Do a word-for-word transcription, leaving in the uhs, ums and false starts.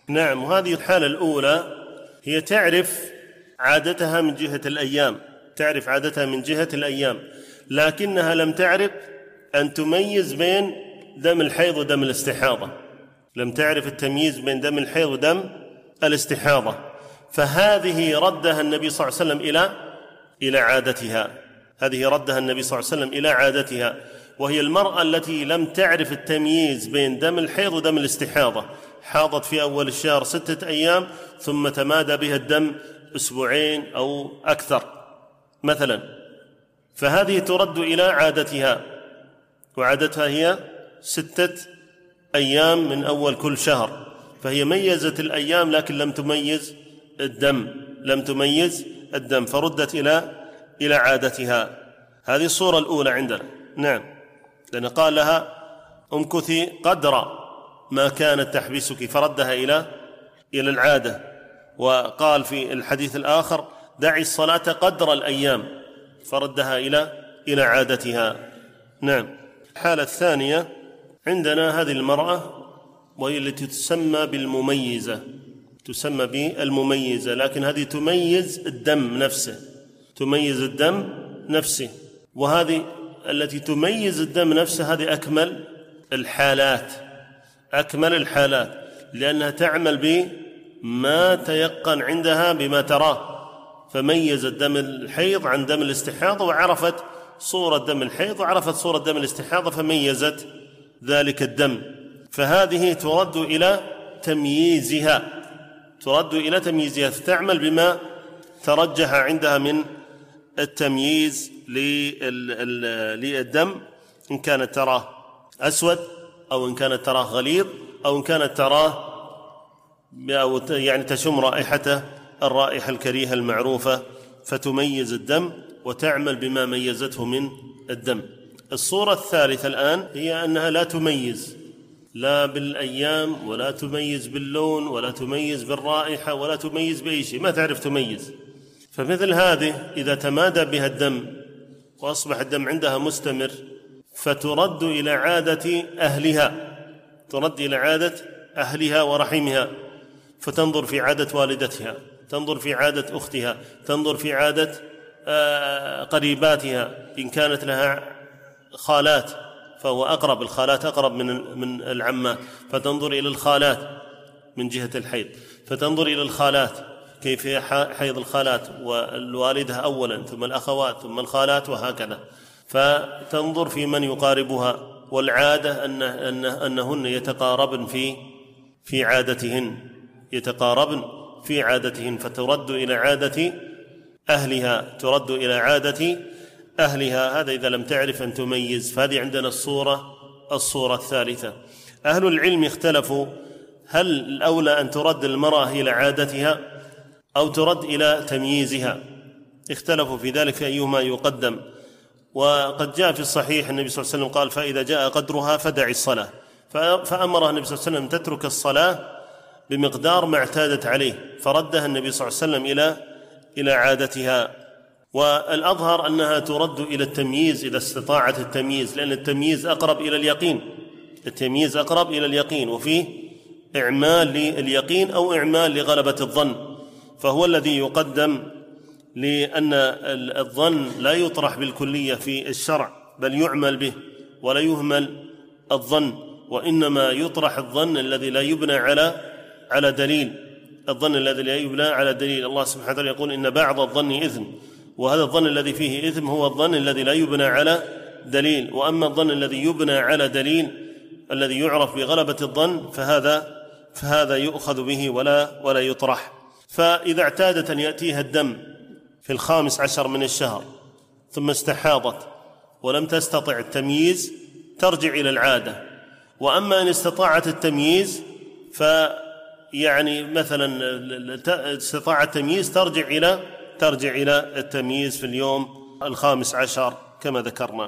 نعم. وهذه الحالة الأولى هي تعرف عادتها من جهة الأيام، تعرف عادتها من جهة الأيام، لكنها لم تعرف أن تميز بين دم الحيض ودم الاستحاضة، لم تعرف التمييز بين دم الحيض ودم الاستحاضة، فهذه ردها النبي صلى الله عليه وسلم إلى إلى عادتها، هذه ردها النبي صلى الله عليه وسلم إلى عادتها، وهي المرأة التي لم تعرف التمييز بين دم الحيض ودم الاستحاضة، حاضت في أول الشهر ستة أيام ثم تمادى بها الدم أسبوعين أو أكثر مثلا، فهذه ترد إلى عادتها، وعادتها هي ستة أيام من أول كل شهر، فهي ميزت الأيام لكن لم تميز الدم، لم تميز الدم فردت إلى إلى عادتها. هذه الصورة الأولى عندنا. نعم. لأن قال لها امكثي قدر ما كانت تحبسك فردها إلى إلى العادة، وقال في الحديث الآخر دعي الصلاة قدر الأيام فردها إلى إلى عادتها. نعم. الحالة الثانية عندنا هذه المرأة وهي التي تسمى بالمميزة، تسمى بالمميزة، لكن هذه تميز الدم نفسه، تميز الدم نفسه، وهذه التي تميز الدم نفسه هذه أكمل الحالات، أكمل الحالات، لأنها تعمل بما تيقن عندها بما تراه، فميزت دم الحيض عن دم الاستحاضة وعرفت صورة دم الحيض وعرفت صورة دم الاستحاضة فميزت ذلك الدم، فهذه ترد إلى تمييزها، ترد إلى تمييزها، فتعمل بما ترجح عندها من التمييز للدم، إن كانت تراه أسود أو إن كانت تراه غليظ أو إن كانت تراه يعني تشم رائحته الرائحة الكريهة المعروفة، فتميز الدم وتعمل بما ميزته من الدم. الصورة الثالثة الآن هي أنها لا تميز لا بالأيام ولا تميز باللون ولا تميز بالرائحة ولا تميز بأي شيء، ما تعرف تميز، فمثل هذه إذا تمادى بها الدم وأصبح الدم عندها مستمر فترد إلى عادة أهلها، ترد إلى عادة أهلها ورحمها، فتنظر في عادة والدتها، تنظر في عادة أختها، تنظر في عادة قريباتها، إن كانت لها خالات فهو أقرب، الخالات أقرب من من العمات، فتنظر إلى الخالات من جهة الحيض، فتنظر إلى الخالات كيف حيض الخالات والوالدة أولا ثم الأخوات ثم الخالات وهكذا، فتنظر في من يقاربها، والعادة أن أن أنهن يتقاربن في في عادتهن، يتقاربن في عادتهن، فترد إلى عادة أهلها، ترد إلى عادة أهلها، هذا إذا لم تعرف أن تميز. فهذه عندنا الصورة الصورة الثالثة. أهل العلم اختلفوا هل الأولى أن ترد المرأة إلى عادتها أو ترد إلى تمييزها، اختلفوا في ذلك أيهما يقدم، وقد جاء في الصحيح النبي صلى الله عليه وسلم قال فإذا جاء قدرها فدع الصلاة، فأمرها النبي صلى الله عليه وسلم تترك الصلاة بمقدار ما اعتادت عليه، فردها النبي صلى الله عليه وسلم إلى إلى عادتها. والأظهر أنها ترد إلى التمييز إذا استطاعت التمييز، لأن التمييز أقرب إلى اليقين، التمييز أقرب إلى اليقين، وفيه إعمال لليقين أو إعمال لغلبة الظن، فهو الذي يقدم، لأن الظن لا يطرح بالكلية في الشرع بل يعمل به ولا يهمل الظن، وإنما يطرح الظن الذي لا يبنى على على دليل، الظن الذي لا يبنى على دليل. الله سبحانه وتعالى يقول إن بعض الظن إثم، وهذا الظن الذي فيه إثم هو الظن الذي لا يبنى على دليل، وأما الظن الذي يبنى على دليل الذي يعرف بغلبة الظن فهذا فهذا يؤخذ به ولا ولا يطرح. فإذا اعتادت أن يأتيها الدم في الخامس عشر من الشهر ثم استحاضت ولم تستطع التمييز ترجع إلى العادة، وأما إن استطاعت التمييز فيعني مثلا استطاعت التمييز ترجع إلى ترجع إلى التمييز في اليوم الخامس عشر كما ذكرنا.